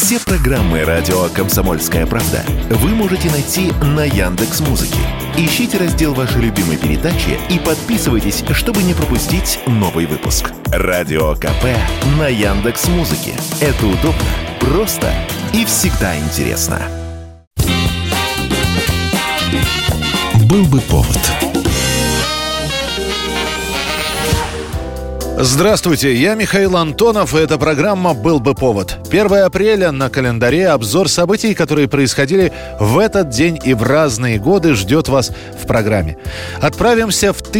Все программы радио «Комсомольская правда» вы можете найти на Яндекс.Музыке. Ищите раздел вашей любимой передачи и подписывайтесь, чтобы не пропустить новый выпуск. Радио КП на Яндекс.Музыке. Это удобно, просто и всегда интересно. Был бы повод. Здравствуйте, я Михаил Антонов, и эта программа «Был бы повод». 1 апреля на календаре обзор событий, которые происходили в этот день и в разные годы, ждет вас в программе. Отправимся в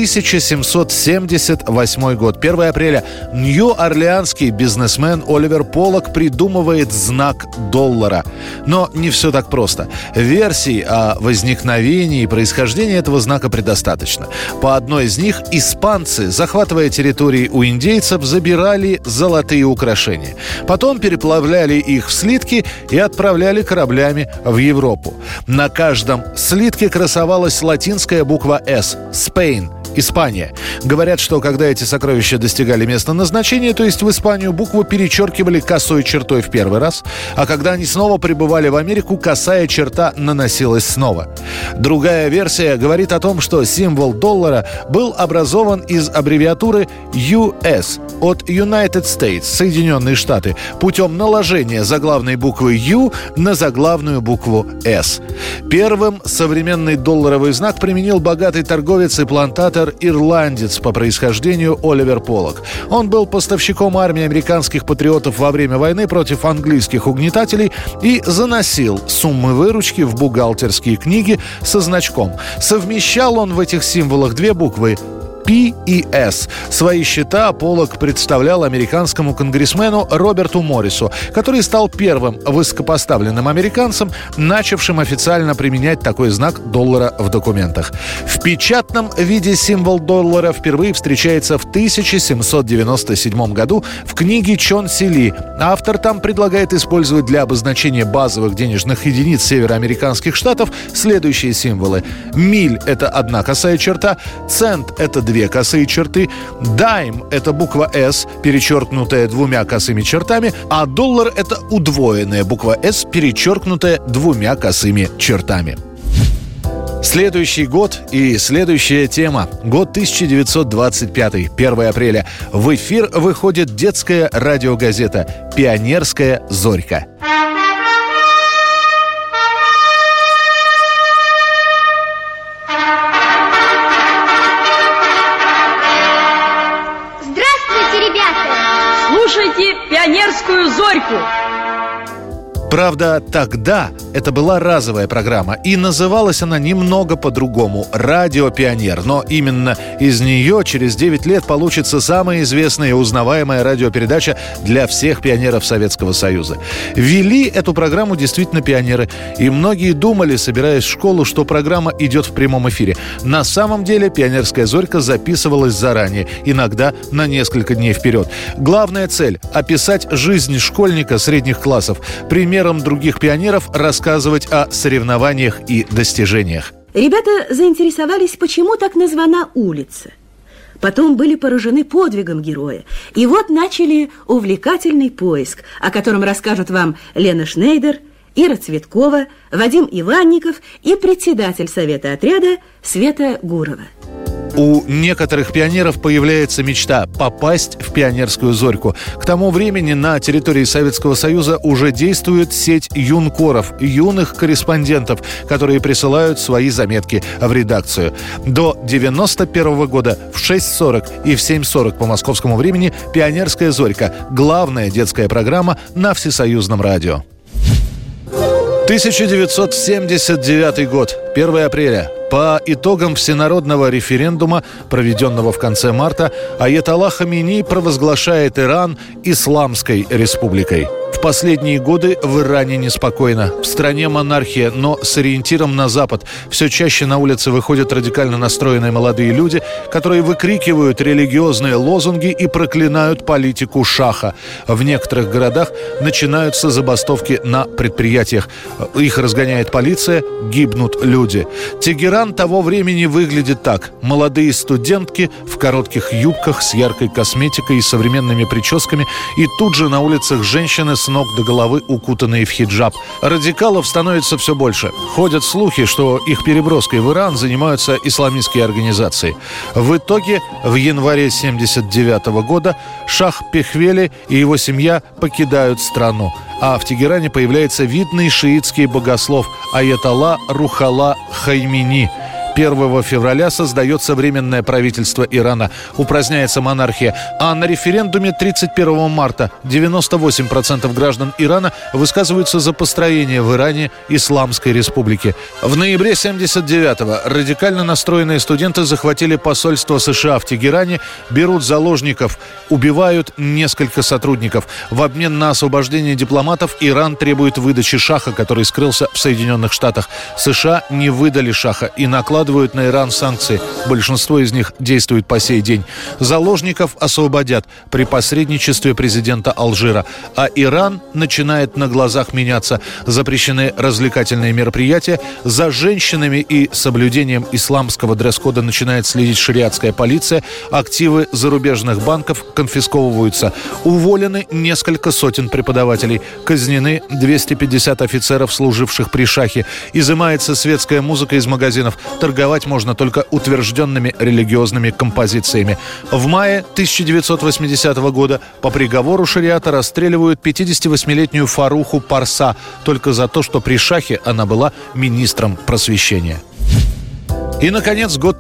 1778 год. 1 апреля. Нью-Орлеанский бизнесмен Оливер Поллок придумывает знак доллара. Но не все так просто. Версий о возникновении и происхождении этого знака предостаточно. По одной из них испанцы, захватывая территории у индейцев, забирали золотые украшения. Потом переплавляли их в слитки и отправляли кораблями в Европу. На каждом слитке красовалась латинская буква «С» – «Spain». Испания. Говорят, что когда эти сокровища достигали места назначения, то есть в Испанию, букву перечеркивали косой чертой в первый раз, а когда они снова прибывали в Америку, косая черта наносилась снова. Другая версия говорит о том, что символ доллара был образован из аббревиатуры US от United States, Соединенные Штаты, путем наложения заглавной буквы U на заглавную букву S. Первым современный долларовый знак применил богатый торговец и плантатор-ирландец по происхождению Оливер Поллок. Он был поставщиком армии американских патриотов во время войны против английских угнетателей и заносил суммы выручки в бухгалтерские книги со значком. Совмещал он в этих символах две буквы P и S. Свои счета Поллок представлял американскому конгрессмену Роберту Моррису, который стал первым высокопоставленным американцем, начавшим официально применять такой знак доллара в документах. В печатном виде символ доллара впервые встречается в 1797 году в книге Чонси Ли. Автор там предлагает использовать для обозначения базовых денежных единиц североамериканских штатов следующие символы. Миль – это одна косая черта, цент – это две косые черты, дайм – это буква «С», перечеркнутая двумя косыми чертами, а доллар – это удвоенная буква «С», перечеркнутая двумя косыми чертами. Следующий год и следующая тема. Год 1925, 1 апреля. В эфир выходит детская радиогазета «Пионерская зорька». Слушайте «Пионерскую зорьку». Правда, тогда это была разовая программа, и называлась она немного по-другому – «Радио Пионер». Но именно из нее через 9 лет получится самая известная и узнаваемая радиопередача для всех пионеров Советского Союза. Вели эту программу действительно пионеры, и многие думали, собираясь в школу, что программа идет в прямом эфире. На самом деле «Пионерская зорька» записывалась заранее, иногда на несколько дней вперед. Главная цель – описать жизнь школьника средних классов, примером других пионеров рассказывать о соревнованиях и достижениях. Ребята заинтересовались, почему так названа улица. Потом были поражены подвигом героя. И вот начали увлекательный поиск, о котором расскажут вам Лена Шнейдер, Ира Цветкова, Вадим Иванников и председатель совета отряда Света Гурова. У некоторых пионеров появляется мечта попасть в пионерскую зорьку. К тому времени на территории Советского Союза уже действует сеть юнкоров, юных корреспондентов, которые присылают свои заметки в редакцию. До 1991 года в 6:40 и в 7:40 по московскому времени «Пионерская зорька» – главная детская программа на всесоюзном радио. 1979 год, 1 апреля. По итогам всенародного референдума, проведенного в конце марта, Аятолла Хаминей провозглашает Иран Исламской республикой. В последние годы в Иране неспокойно. В стране монархия, но с ориентиром на Запад. Все чаще на улицы выходят радикально настроенные молодые люди, которые выкрикивают религиозные лозунги и проклинают политику шаха. В некоторых городах начинаются забастовки на предприятиях. Их разгоняет полиция, гибнут люди. Тегеран того времени выглядит так. Молодые студентки в коротких юбках с яркой косметикой и современными прическами, и тут же на улицах женщины с ног до головы укутанные в хиджаб. Радикалов становится все больше. Ходят слухи, что их переброской в Иран занимаются исламистские организации. В итоге в январе 1979 года шах Пехлеви и его семья покидают страну. А в Тегеране появляется видный шиитский богослов аятолла Рухалла Хаймини. 1 февраля создается Временное правительство Ирана, упраздняется монархия, а на референдуме 31 марта 98% граждан Ирана высказываются за построение в Иране Исламской республики. В ноябре 1979-го радикально настроенные студенты захватили посольство США в Тегеране, берут заложников, убивают несколько сотрудников. В обмен на освобождение дипломатов Иран требует выдачи шаха, который скрылся в Соединенных Штатах. США не выдали шаха и накладывают на Иран санкции. Большинство из них действует по сей день. Заложников освободят при посредничестве президента Алжира. А Иран начинает на глазах меняться. Запрещены развлекательные мероприятия. За женщинами и соблюдением исламского дресс-кода начинает следить шариатская полиция. Активы зарубежных банков конфисковываются. Уволены несколько сотен преподавателей. Казнены 250 офицеров, служивших при шахе. Изымается светская музыка из магазинов. Торговать можно только утвержденными религиозными композициями. В мае 1980 года по приговору шариата расстреливают 58-летнюю Фаруху Парса только за то, что при шахе она была министром просвещения. И, наконец, год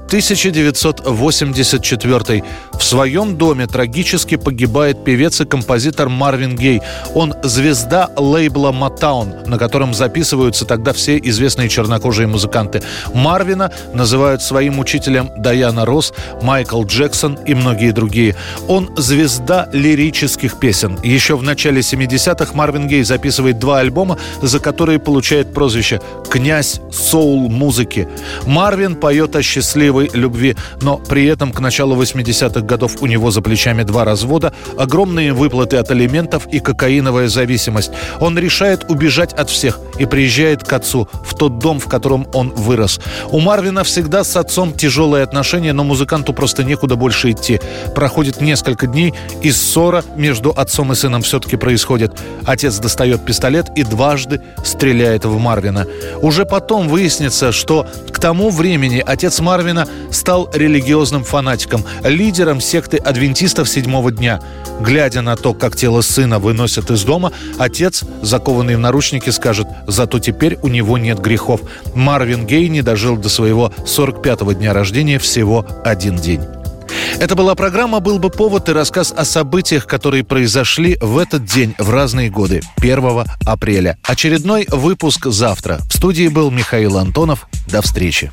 1984. В своем доме трагически погибает певец и композитор Марвин Гей. Он звезда лейбла Motown, на котором записываются тогда все известные чернокожие музыканты. Марвина называют своим учителем Дайана Росс, Майкл Джексон и многие другие. Он звезда лирических песен. Еще в начале 70-х Марвин Гей записывает 2 альбома, за которые получает прозвище «Князь соул-музыки». Марвин поет о счастливой любви, но при этом к началу 80-х годов у него за плечами 2 развода, огромные выплаты от алиментов и кокаиновая зависимость. Он решает убежать от всех и приезжает к отцу в тот дом, в котором он вырос. У Марвина всегда с отцом тяжелые отношения, но музыканту просто некуда больше идти. Проходит несколько дней, и ссора между отцом и сыном все-таки происходит. Отец достает пистолет и дважды стреляет в Марвина. Уже потом выяснится, что к тому времени отец Марвина стал религиозным фанатиком, лидером секты адвентистов седьмого дня. Глядя на то, как тело сына выносят из дома, отец, закованный в наручники, скажет: «Зато теперь у него нет грехов». Марвин Гей не дожил до своего 45-го дня рождения всего 1 день. Это была программа «Был бы повод» и рассказ о событиях, которые произошли в этот день в разные годы, 1 апреля. Очередной выпуск завтра. В студии был Михаил Антонов. До встречи.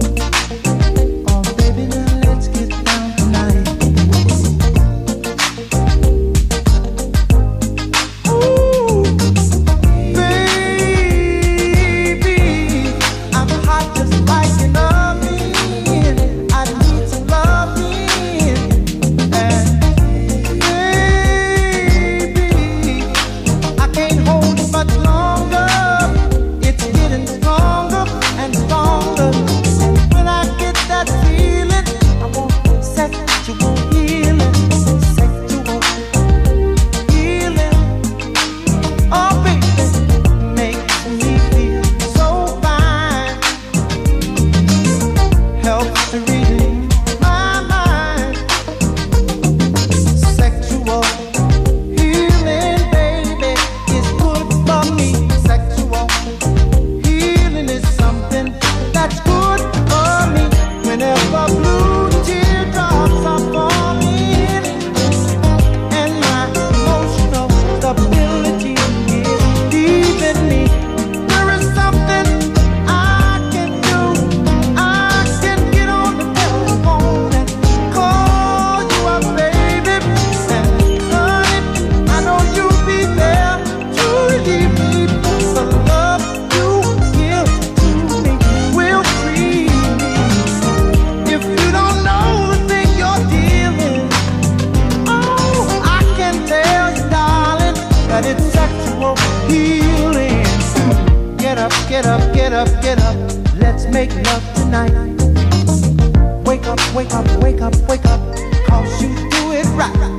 Get up, let's make love tonight. Wake up, wake up, wake up, wake up, 'cause you do it right.